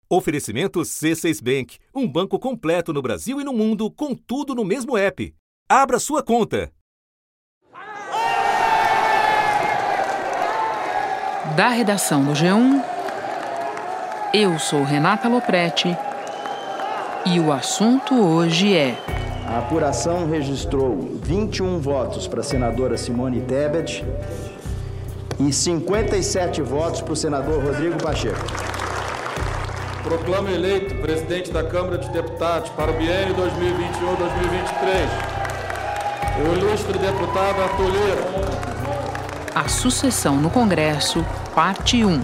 Oferecimento C6 Bank, um banco completo no Brasil e no mundo, com tudo no mesmo app. Abra sua conta. Da redação do G1, eu sou Renata Lopretti e o assunto hoje é... A apuração registrou 21 votos para a senadora Simone Tebet e 57 votos para o senador Rodrigo Pacheco. Proclamo eleito presidente da Câmara de Deputados para o biênio 2021-2023 o ilustre deputado Arthur Lira. A sucessão no Congresso, parte 1.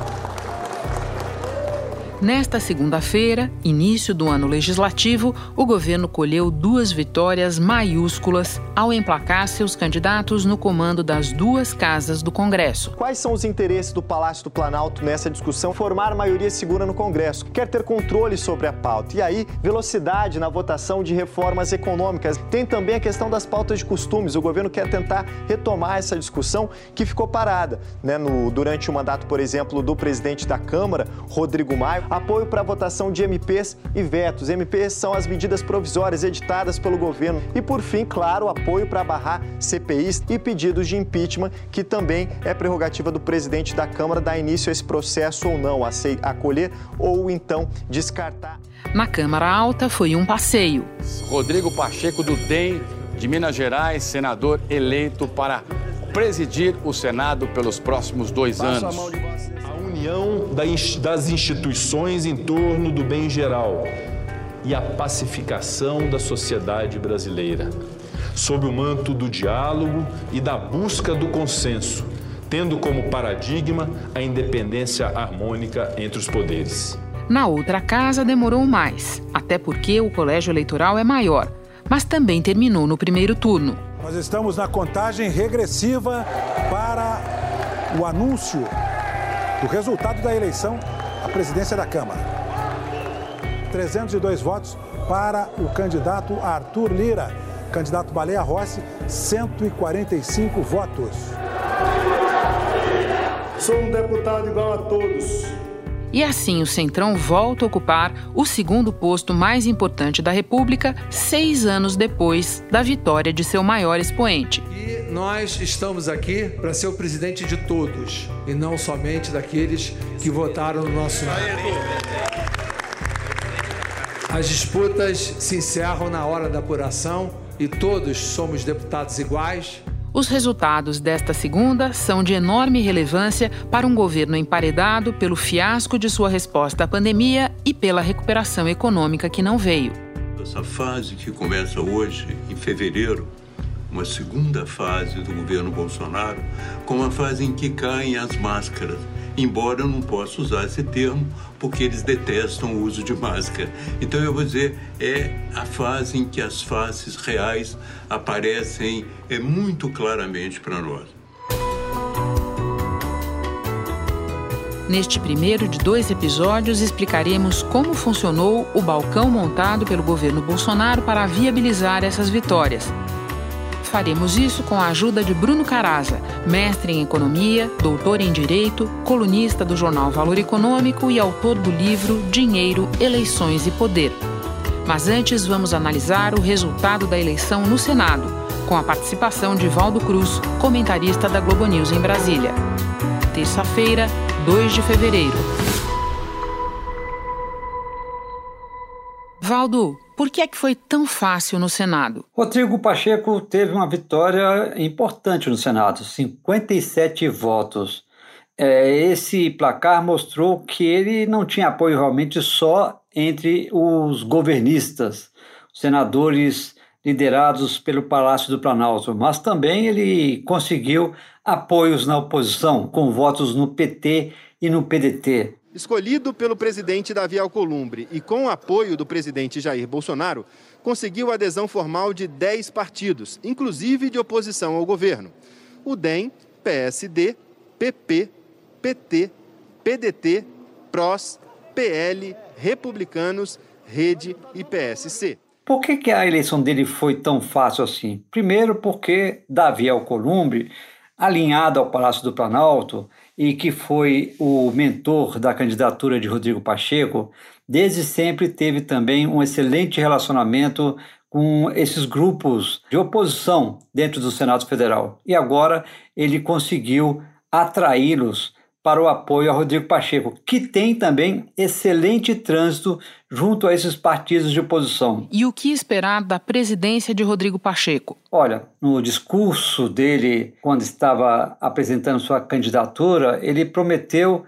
Nesta segunda-feira, início do ano legislativo, o governo colheu 2 vitórias maiúsculas ao emplacar seus candidatos no comando das 2 casas do Congresso. Quais são os interesses do Palácio do Planalto nessa discussão? Formar maioria segura no Congresso, quer ter controle sobre a pauta. E aí, velocidade na votação de reformas econômicas. Tem também a questão das pautas de costumes. O governo quer tentar retomar essa discussão que ficou parada, durante o mandato, por exemplo, do presidente da Câmara, Rodrigo Maia. Apoio para a votação de MPs e vetos. MPs são as medidas provisórias editadas pelo governo. E, por fim, claro, apoio para barrar CPIs e pedidos de impeachment, que também é prerrogativa do presidente da Câmara dar início a esse processo ou não, acolher ou então descartar. Na Câmara Alta foi um passeio. Rodrigo Pacheco, do DEM, de Minas Gerais, senador eleito para presidir o Senado pelos próximos 2 anos. União das instituições em torno do bem geral e a pacificação da sociedade brasileira, sob o manto do diálogo e da busca do consenso, tendo como paradigma a independência harmônica entre os poderes. Na outra casa demorou mais, até porque o colégio eleitoral é maior, mas também terminou no primeiro turno. Nós estamos na contagem regressiva para o anúncio do resultado da eleição à presidência da Câmara. 302 votos para o candidato Arthur Lira. Candidato Baleia Rossi, 145 votos. Sou um deputado igual a todos. E assim o Centrão volta a ocupar o segundo posto mais importante da República, 6 anos depois da vitória de seu maior expoente. E nós estamos aqui para ser o presidente de todos, e não somente daqueles que votaram no nosso nome. As disputas se encerram na hora da apuração e todos somos deputados iguais. Os resultados desta segunda são de enorme relevância para um governo emparedado pelo fiasco de sua resposta à pandemia e pela recuperação econômica que não veio. Essa fase que começa hoje, em fevereiro, uma segunda fase do governo Bolsonaro, com uma fase em que caem as máscaras. Embora eu não possa usar esse termo, porque eles detestam o uso de máscara. Então eu vou dizer, é a fase em que as faces reais aparecem muito claramente para nós. Neste primeiro de 2 episódios, explicaremos como funcionou o balcão montado pelo governo Bolsonaro para viabilizar essas vitórias. Faremos isso com a ajuda de Bruno Caraza, mestre em economia, doutor em direito, colunista do jornal Valor Econômico e autor do livro Dinheiro, Eleições e Poder. Mas antes vamos analisar o resultado da eleição no Senado, com a participação de Valdo Cruz, comentarista da Globo News em Brasília. Terça-feira, 2 de fevereiro. Valdo, por que é que foi tão fácil no Senado? Rodrigo Pacheco teve uma vitória importante no Senado, 57 votos. Esse placar mostrou que ele não tinha apoio realmente só entre os governistas, os senadores liderados pelo Palácio do Planalto, mas também ele conseguiu apoios na oposição, com votos no PT e no PDT. Escolhido pelo presidente Davi Alcolumbre e com o apoio do presidente Jair Bolsonaro, conseguiu adesão formal de 10 partidos, inclusive de oposição ao governo. O DEM, PSD, PP, PT, PDT, PROS, PL, Republicanos, Rede e PSC. Por que a eleição dele foi tão fácil assim? Primeiro porque Davi Alcolumbre alinhado ao Palácio do Planalto e que foi o mentor da candidatura de Rodrigo Pacheco, desde sempre teve também um excelente relacionamento com esses grupos de oposição dentro do Senado Federal. E agora ele conseguiu atraí-los para o apoio a Rodrigo Pacheco, que tem também excelente trânsito junto a esses partidos de oposição. E o que esperar da presidência de Rodrigo Pacheco? Olha, no discurso dele, quando estava apresentando sua candidatura, ele prometeu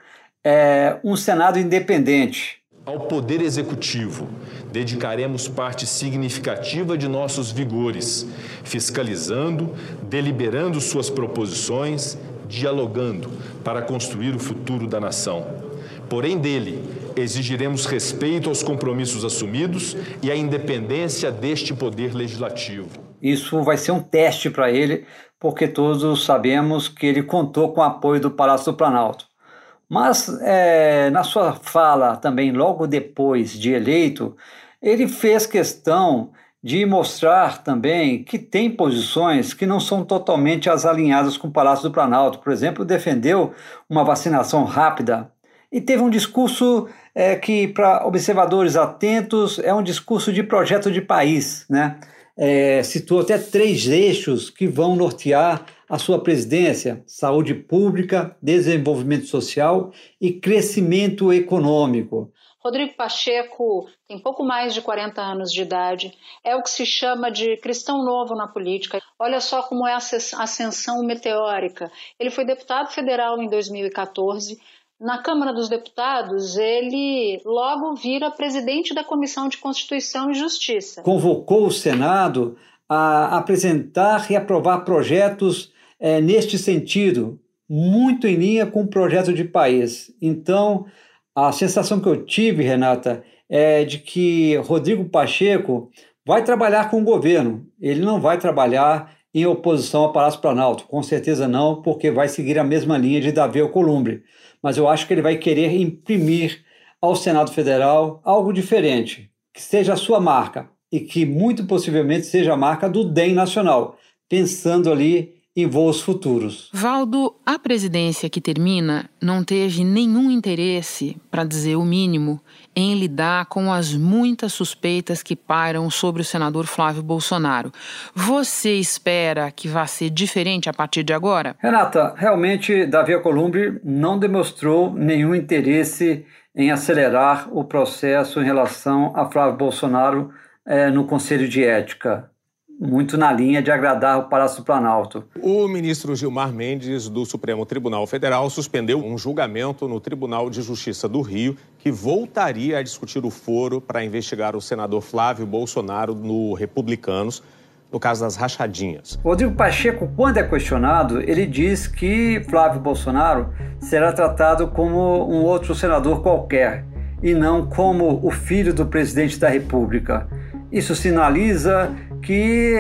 um Senado independente. Ao Poder Executivo, dedicaremos parte significativa de nossos vigores, fiscalizando, deliberando suas proposições, dialogando para construir o futuro da nação. Porém, dele, exigiremos respeito aos compromissos assumidos e a independência deste poder legislativo. Isso vai ser um teste para ele, porque todos sabemos que ele contou com o apoio do Palácio do Planalto. Mas, na sua fala também, logo depois de eleito, ele fez questão de mostrar também que tem posições que não são totalmente as alinhadas com o Palácio do Planalto. Por exemplo, defendeu uma vacinação rápida e teve um discurso que, para observadores atentos, é um discurso de projeto de país, né? Citou até 3 eixos que vão nortear a sua presidência: saúde pública, desenvolvimento social e crescimento econômico. Rodrigo Pacheco tem pouco mais de 40 anos de idade, é o que se chama de cristão novo na política. Olha só como é a ascensão meteórica. Ele foi deputado federal em 2014, na Câmara dos Deputados ele logo vira presidente da Comissão de Constituição e Justiça. Convocou o Senado a apresentar e aprovar projetos neste sentido, muito em linha com o projeto de país. Então, a sensação que eu tive, Renata, é de que Rodrigo Pacheco vai trabalhar com o governo. Ele não vai trabalhar em oposição ao Palácio Planalto. Com certeza não, porque vai seguir a mesma linha de Davi Alcolumbre. Mas eu acho que ele vai querer imprimir ao Senado Federal algo diferente, que seja a sua marca e que muito possivelmente seja a marca do DEM nacional, pensando ali em voos futuros. Valdo, a presidência que termina não teve nenhum interesse, para dizer o mínimo, em lidar com as muitas suspeitas que pairam sobre o senador Flávio Bolsonaro. Você espera que vá ser diferente a partir de agora? Renata, realmente Davi Alcolumbre não demonstrou nenhum interesse em acelerar o processo em relação a Flávio Bolsonaro no Conselho de Ética, muito na linha de agradar o Palácio do Planalto. O ministro Gilmar Mendes, do Supremo Tribunal Federal, suspendeu um julgamento no Tribunal de Justiça do Rio que voltaria a discutir o foro para investigar o senador Flávio Bolsonaro no Republicanos, no caso das rachadinhas. Rodrigo Pacheco, quando é questionado, ele diz que Flávio Bolsonaro será tratado como um outro senador qualquer e não como o filho do presidente da República. Isso sinaliza que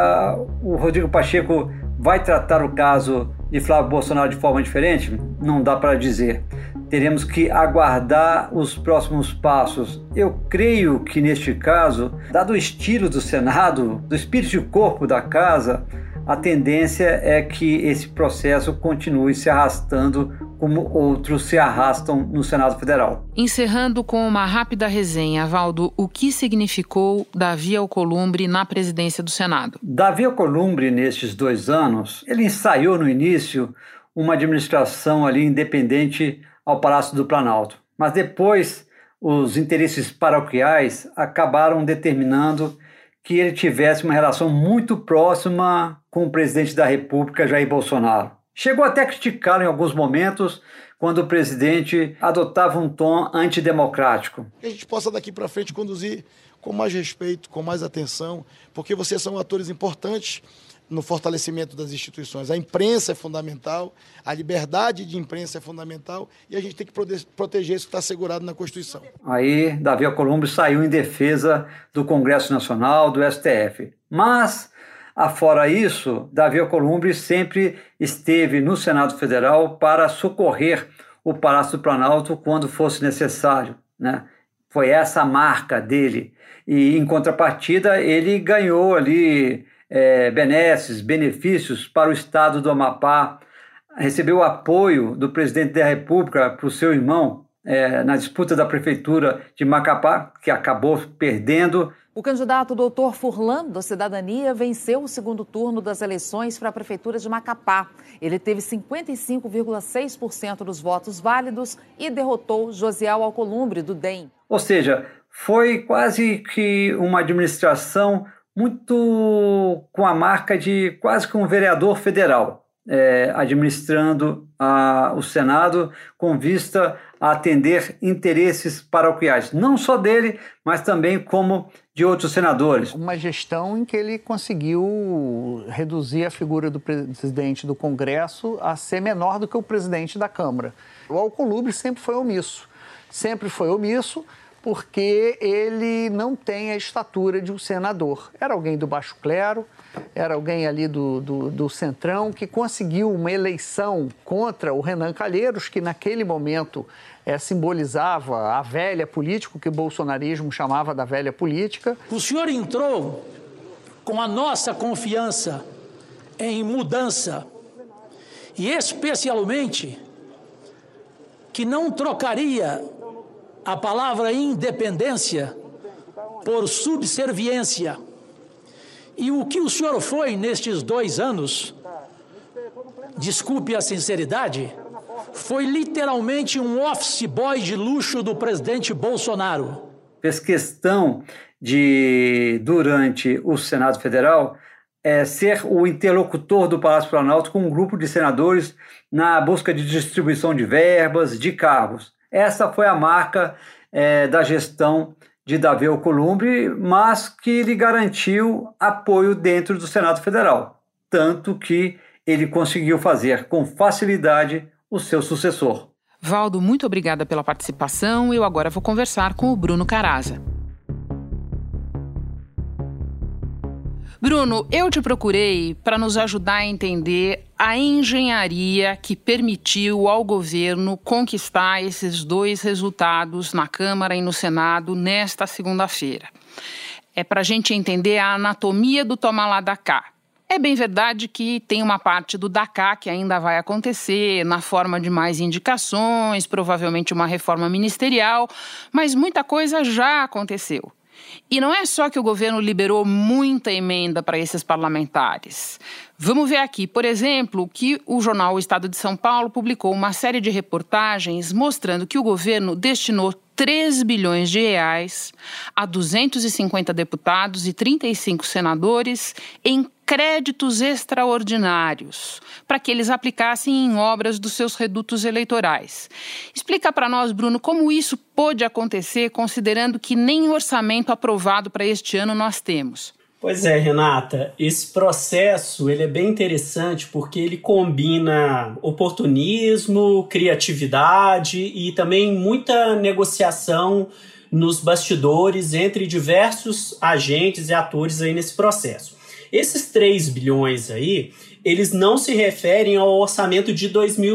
o Rodrigo Pacheco vai tratar o caso de Flávio Bolsonaro de forma diferente? Não dá para dizer. Teremos que aguardar os próximos passos. Eu creio que, neste caso, dado o estilo do Senado, do espírito de corpo da casa, a tendência é que esse processo continue se arrastando como outros se arrastam no Senado Federal. Encerrando com uma rápida resenha, Valdo, o que significou Davi Alcolumbre na presidência do Senado? Davi Alcolumbre, nestes 2 anos, ele ensaiou no início uma administração ali independente ao Palácio do Planalto. Mas depois, os interesses paroquiais acabaram determinando que ele tivesse uma relação muito próxima com o presidente da República, Jair Bolsonaro. Chegou até a criticá-lo em alguns momentos, quando o presidente adotava um tom antidemocrático. Que a gente possa daqui para frente conduzir com mais respeito, com mais atenção, porque vocês são atores importantes no fortalecimento das instituições. A imprensa é fundamental, a liberdade de imprensa é fundamental e a gente tem que proteger isso que está assegurado na Constituição. Aí, Davi Alcolumbre saiu em defesa do Congresso Nacional, do STF. Mas, afora isso, Davi Alcolumbre sempre esteve no Senado Federal para socorrer o Palácio do Planalto quando fosse necessário, né? Foi essa a marca dele. E, em contrapartida, ele ganhou ali benesses, benefícios para o estado do Amapá, recebeu o apoio do presidente da República para o seu irmão na disputa da prefeitura de Macapá, que acabou perdendo. O candidato Dr. Furlan, do Cidadania, venceu o segundo turno das eleições para a prefeitura de Macapá. Ele teve 55,6% dos votos válidos e derrotou Josiel Alcolumbre, do DEM. Ou seja, foi quase que uma administração muito com a marca de quase que um vereador federal, administrando o Senado com vista a atender interesses paroquiais, não só dele, mas também como de outros senadores. Uma gestão em que ele conseguiu reduzir a figura do presidente do Congresso a ser menor do que o presidente da Câmara. O Alcolumbre sempre foi omisso porque ele não tem a estatura de um senador. Era alguém do baixo clero, era alguém ali do Centrão, que conseguiu uma eleição contra o Renan Calheiros, que naquele momento simbolizava a velha política, que o bolsonarismo chamava da velha política. O senhor entrou com a nossa confiança em mudança e especialmente que não trocaria a palavra independência por subserviência. E o que o senhor foi nestes 2 anos, desculpe a sinceridade, foi literalmente um office boy de luxo do presidente Bolsonaro. Fez questão de, durante o Senado Federal, ser o interlocutor do Palácio Planalto com um grupo de senadores na busca de distribuição de verbas, de cargos. Essa foi a marca da gestão de Davi Alcolumbre, mas que lhe garantiu apoio dentro do Senado Federal, tanto que ele conseguiu fazer com facilidade o seu sucessor. Valdo, muito obrigada pela participação. Eu agora vou conversar com o Bruno Caraza. Bruno, eu te procurei para nos ajudar a entender a engenharia que permitiu ao governo conquistar esses 2 resultados na Câmara e no Senado nesta segunda-feira. É para a gente entender a anatomia do toma lá da cá. É bem verdade que tem uma parte do DACA que ainda vai acontecer na forma de mais indicações, provavelmente uma reforma ministerial, mas muita coisa já aconteceu. E não é só que o governo liberou muita emenda para esses parlamentares. Vamos ver aqui, por exemplo, que o jornal O Estado de São Paulo publicou uma série de reportagens mostrando que o governo destinou 3 bilhões de reais a 250 deputados e 35 senadores em créditos extraordinários para que eles aplicassem em obras dos seus redutos eleitorais. Explica para nós, Bruno, como isso pôde acontecer, considerando que nem orçamento aprovado para este ano nós temos. Pois é, Renata, esse processo ele é bem interessante porque ele combina oportunismo, criatividade e também muita negociação nos bastidores entre diversos agentes e atores aí nesse processo. Esses 3 bilhões aí, eles não se referem ao orçamento de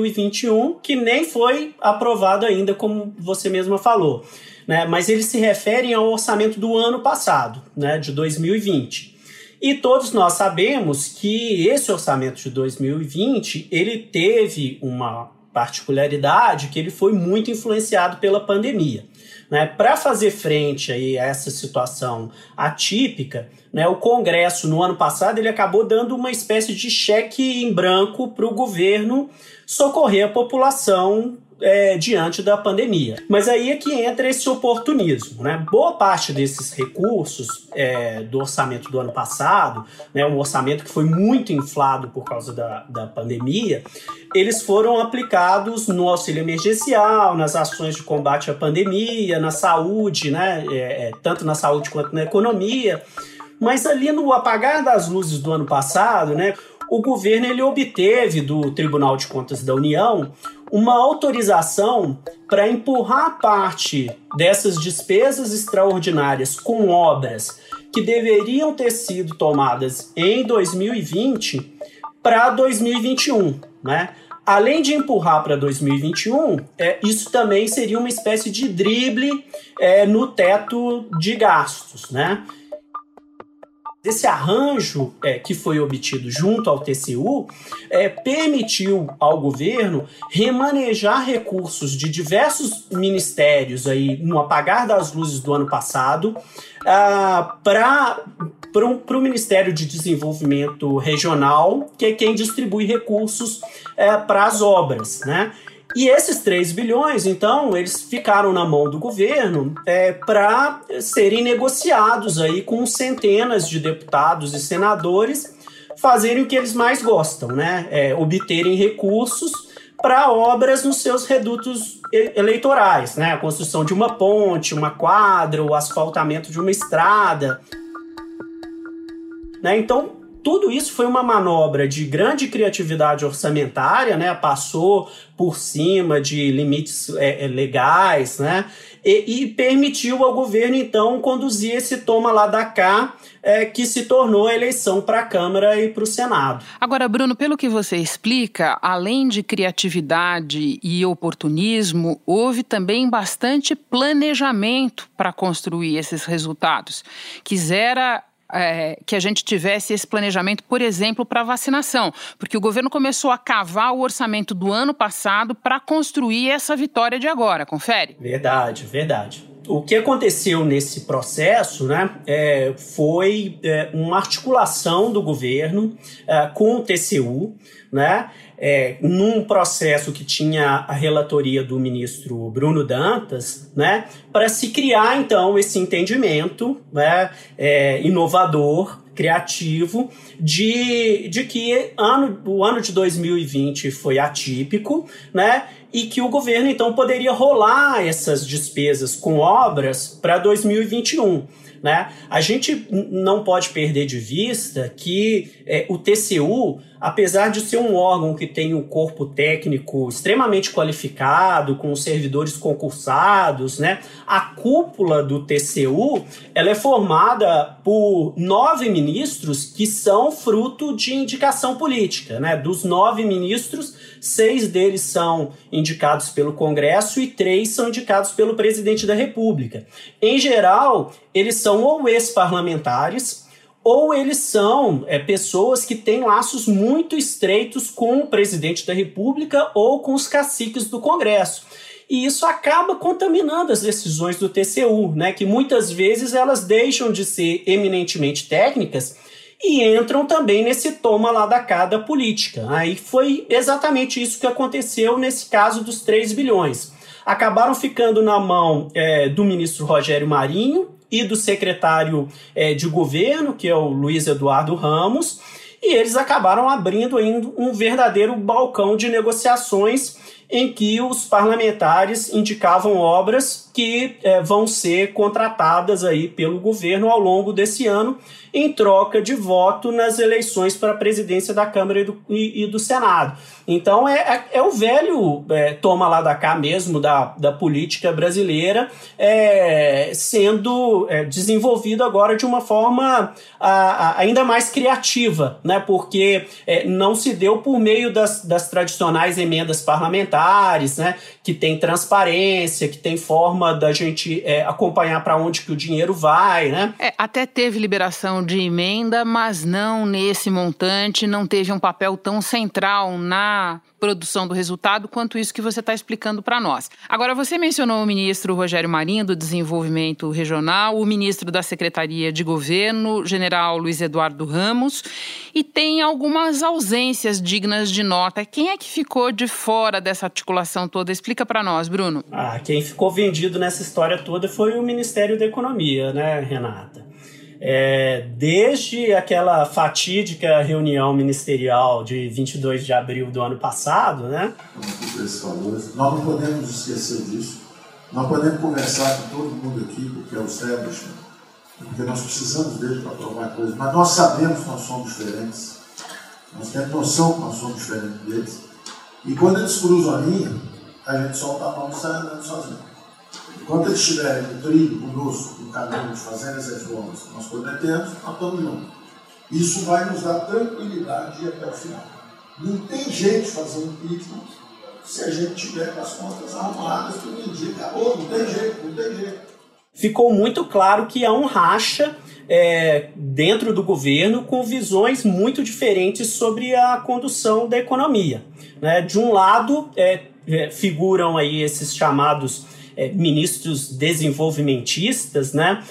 2021, que nem foi aprovado ainda, como você mesma falou, né? Mas eles se referem ao orçamento do ano passado, né, de 2020. E todos nós sabemos que esse orçamento de 2020, ele teve uma particularidade que ele foi muito influenciado pela pandemia. Né? Para fazer frente aí a essa situação atípica, né, o Congresso, no ano passado, ele acabou dando uma espécie de cheque em branco para o governo socorrer a população diante da pandemia. Mas aí é que entra esse oportunismo, né? Boa parte desses recursos do orçamento do ano passado, né, um orçamento que foi muito inflado por causa da pandemia, eles foram aplicados no auxílio emergencial, nas ações de combate à pandemia, na saúde, né, tanto na saúde quanto na economia. Mas ali no apagar das luzes do ano passado, né, o governo ele obteve do Tribunal de Contas da União uma autorização para empurrar parte dessas despesas extraordinárias com obras que deveriam ter sido tomadas em 2020 para 2021, né? Além de empurrar para 2021, isso também seria uma espécie de drible no teto de gastos, né? Esse arranjo que foi obtido junto ao TCU permitiu ao governo remanejar recursos de diversos ministérios aí, no apagar das luzes do ano passado para o Ministério de Desenvolvimento Regional, que é quem distribui recursos para as obras, né? E esses 3 bilhões, então, eles ficaram na mão do governo para serem negociados aí com centenas de deputados e senadores fazerem o que eles mais gostam, né? Obterem recursos para obras nos seus redutos eleitorais, né? A construção de uma ponte, uma quadra, o asfaltamento de uma estrada, né? Então, tudo isso foi uma manobra de grande criatividade orçamentária, né? Passou por cima de limites legais, né? E permitiu ao governo, então, conduzir esse toma lá da cá, que se tornou a eleição para a Câmara e para o Senado. Agora, Bruno, pelo que você explica, além de criatividade e oportunismo, houve também bastante planejamento para construir esses resultados. Quisera que a gente tivesse esse planejamento, por exemplo, para vacinação, porque o governo começou a cavar o orçamento do ano passado para construir essa vitória de agora. Confere? Verdade. O que aconteceu nesse processo, né, foi uma articulação do governo com o TCU, né, num processo que tinha a relatoria do ministro Bruno Dantas, né, para se criar, então, esse entendimento, né, inovador, criativo, de que o ano de 2020 foi atípico, né, e que o governo, então, poderia rolar essas despesas com obras para 2021. Né? A gente não pode perder de vista que o TCU, apesar de ser um órgão que tem um corpo técnico extremamente qualificado, com servidores concursados, né? A cúpula do TCU ela é formada por 9 ministros que são fruto de indicação política. Né? Dos 9 ministros, 6 deles são indicados pelo Congresso e 3 são indicados pelo presidente da República. Em geral, eles são ou ex-parlamentares ou eles são pessoas que têm laços muito estreitos com o presidente da República ou com os caciques do Congresso. E isso acaba contaminando as decisões do TCU, né, que muitas vezes elas deixam de ser eminentemente técnicas e entram também nesse toma lá da cá da política. Aí foi exatamente isso que aconteceu nesse caso dos 3 bilhões. Acabaram ficando na mão do ministro Rogério Marinho e do secretário de governo, que é o Luiz Eduardo Ramos, e eles acabaram abrindo ainda um verdadeiro balcão de negociações em que os parlamentares indicavam obras que vão ser contratadas aí pelo governo ao longo desse ano em troca de voto nas eleições para a presidência da Câmara e do Senado. Então é o velho toma lá da cá mesmo da política brasileira sendo desenvolvido agora de uma forma ainda mais criativa, né? Porque não se deu por meio das tradicionais emendas parlamentares, né? Que tem transparência, que tem forma da gente acompanhar para onde que o dinheiro vai, né? Até teve liberação de emenda, mas não nesse montante, não teve um papel tão central na produção do resultado quanto isso que você está explicando para nós. Agora, você mencionou o ministro Rogério Marinho, do Desenvolvimento Regional, o ministro da Secretaria de Governo, general Luiz Eduardo Ramos, e tem algumas ausências dignas de nota. Quem é que ficou de fora dessa articulação toda? Explica para nós, Bruno. Quem ficou vendido nessa história toda foi o Ministério da Economia, né, Renata? Desde aquela fatídica reunião ministerial de 22 de abril do ano passado, né? Nós não podemos esquecer disso. Nós podemos conversar com todo mundo aqui, porque é o establishment, porque nós precisamos dele para provar coisas, mas nós sabemos que nós somos diferentes. Nós temos noção que nós somos diferentes deles. E quando eles cruzam a linha, a gente solta a mão e sai andando sozinho. Enquanto eles estiverem no trilho conosco, no caminho de fazer as reformas que nós prometemos, nós estamos juntos. Isso vai nos dar tranquilidade de ir até o final. Não tem jeito de fazer um impeachment se a gente tiver com as contas arrumadas, tudo indica. Não tem jeito. Ficou muito claro que há um racha dentro do governo com visões muito diferentes sobre a condução da economia. Né? De um lado, figuram aí esses chamados ministros desenvolvimentistas, né?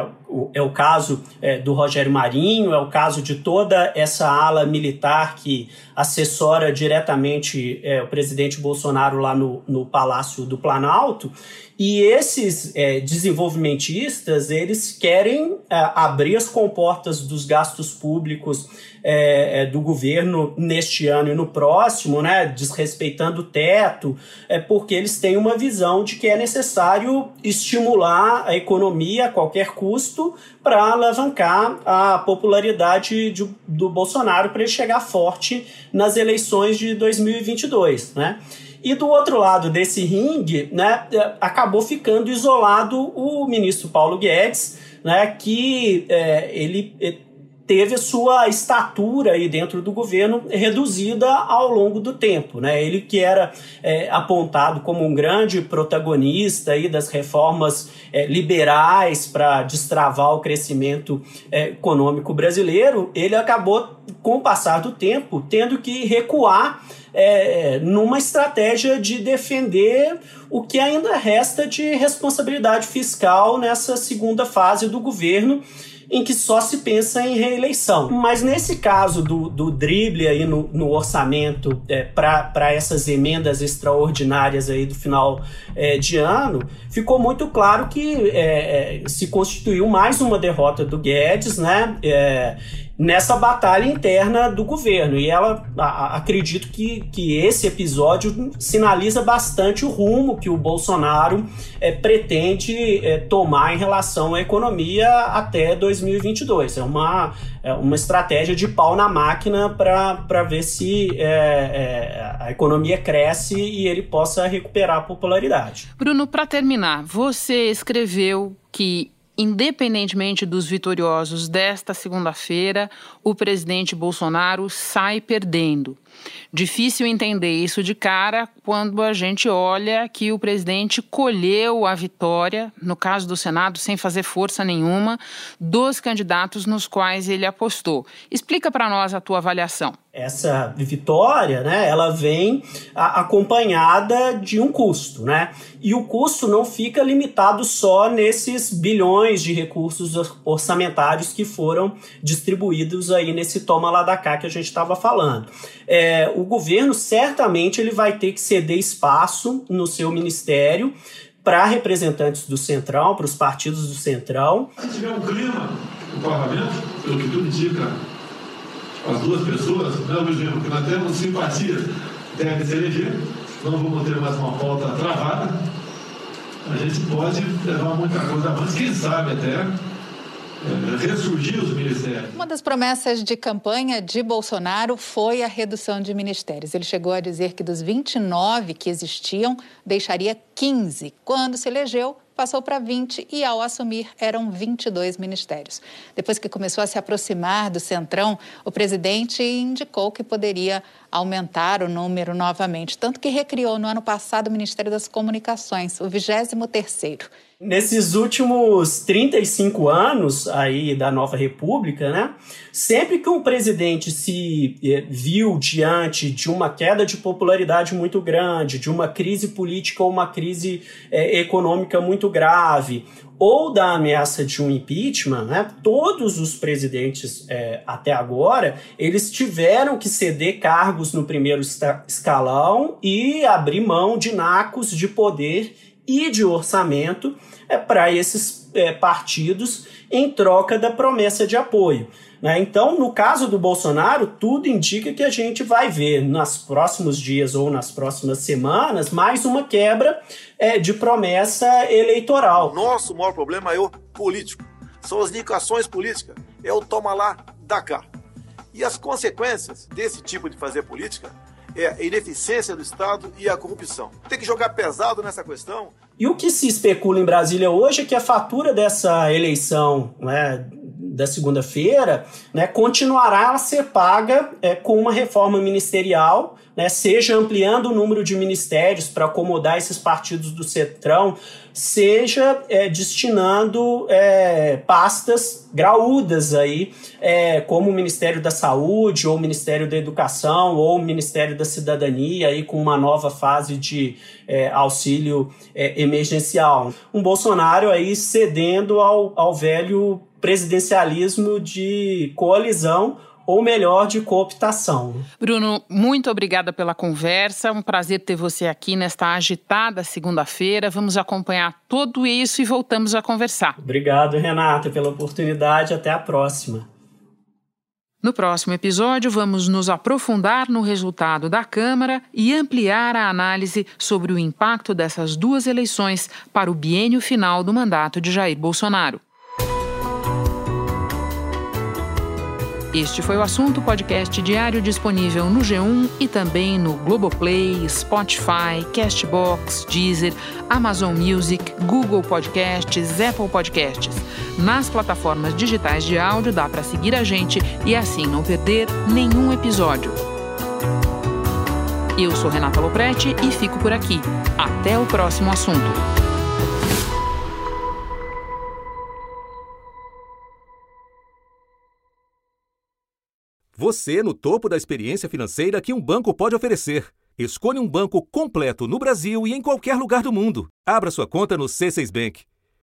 É o caso do Rogério Marinho, é o caso de toda essa ala militar que assessora diretamente o presidente Bolsonaro lá no Palácio do Planalto. E esses desenvolvimentistas, eles querem abrir as comportas dos gastos públicos do governo neste ano e no próximo, né, desrespeitando o teto, porque eles têm uma visão de que é necessário estimular a economia a qualquer custo para alavancar a popularidade do Bolsonaro para ele chegar forte nas eleições de 2022, né? E do outro lado desse ringue, né, acabou ficando isolado o ministro Paulo Guedes, né, que ele teve a sua estatura aí dentro do governo reduzida ao longo do tempo, né? Ele que era apontado como um grande protagonista aí das reformas liberais para destravar o crescimento econômico brasileiro, ele acabou, com o passar do tempo, tendo que recuar numa estratégia de defender o que ainda resta de responsabilidade fiscal nessa segunda fase do governo, em que só se pensa em reeleição. Mas nesse caso do drible aí no orçamento para essas emendas extraordinárias aí do final de ano, ficou muito claro que se constituiu mais uma derrota do Guedes, né? Nessa batalha interna do governo. E acredito que esse episódio sinaliza bastante o rumo que o Bolsonaro pretende tomar em relação à economia até 2022. É uma estratégia de pau na máquina para ver se a economia cresce e ele possa recuperar a popularidade. Bruno, para terminar, você escreveu que, independentemente dos vitoriosos desta segunda-feira, o presidente Bolsonaro sai perdendo. Difícil entender isso de cara quando a gente olha que o presidente colheu a vitória, no caso do Senado, sem fazer força nenhuma, dos candidatos nos quais ele apostou. Explica para nós a tua avaliação. Essa vitória, né, ela vem acompanhada de um custo, né? E o custo não fica limitado só nesses bilhões de recursos orçamentários que foram distribuídos aí nesse toma lá da cá que a gente estava falando. O governo certamente ele vai ter que ceder espaço no seu ministério para representantes do Centrão, para os partidos do Centrão. Se tiver um clima no parlamento, pelo que tudo indica, as duas pessoas, né, Luiz Lima, que nós temos simpatia, devem se eleger, não vamos ter mais uma pauta travada, a gente pode levar muita coisa a mais, quem sabe até ressurgir os ministérios. Uma das promessas de campanha de Bolsonaro foi a redução de ministérios. Ele chegou a dizer que dos 29 que existiam, deixaria 15. Quando se elegeu, passou para 20 e, ao assumir, eram 22 ministérios. Depois que começou a se aproximar do Centrão, o presidente indicou que poderia aumentar o número novamente, tanto que recriou no ano passado o Ministério das Comunicações, o 23º. Nesses últimos 35 anos aí da nova república, né, sempre que um presidente se viu diante de uma queda de popularidade muito grande, de uma crise política ou uma crise econômica muito grave, ou da ameaça de um impeachment, né, todos os presidentes até agora, eles tiveram que ceder cargos no primeiro escalão e abrir mão de nacos de poder e de orçamento para esses partidos em troca da promessa de apoio. Né? Então, no caso do Bolsonaro, tudo indica que a gente vai ver nos próximos dias ou nas próximas semanas mais uma quebra de promessa eleitoral. Nosso maior problema é o político, são as indicações políticas, é o toma lá, dá cá. E as consequências desse tipo de fazer política é a ineficiência do Estado e a corrupção. Tem que jogar pesado nessa questão. E o que se especula em Brasília hoje é que a fatura dessa eleição, né, da segunda-feira, né, continuará a ser paga com uma reforma ministerial, né, seja ampliando o número de ministérios para acomodar esses partidos do Centrão, seja destinando pastas graúdas aí, como o Ministério da Saúde, ou o Ministério da Educação, ou o Ministério da Cidadania, aí, com uma nova fase de auxílio emergencial. Um Bolsonaro aí cedendo ao velho presidencialismo de coalizão, ou melhor, de cooptação. Bruno, muito obrigada pela conversa. Um prazer ter você aqui nesta agitada segunda-feira. Vamos acompanhar tudo isso e voltamos a conversar. Obrigado, Renata, pela oportunidade. Até a próxima. No próximo episódio, vamos nos aprofundar no resultado da Câmara e ampliar a análise sobre o impacto dessas duas eleições para o biênio final do mandato de Jair Bolsonaro. Este foi o Assunto, podcast diário disponível no G1 e também no Globoplay, Spotify, Castbox, Deezer, Amazon Music, Google Podcasts, Apple Podcasts. Nas plataformas digitais de áudio dá para seguir a gente e assim não perder nenhum episódio. Eu sou Renata Lopretti e fico por aqui. Até o próximo assunto. Você no topo da experiência financeira que um banco pode oferecer. Escolha um banco completo no Brasil e em qualquer lugar do mundo. Abra sua conta no C6 Bank.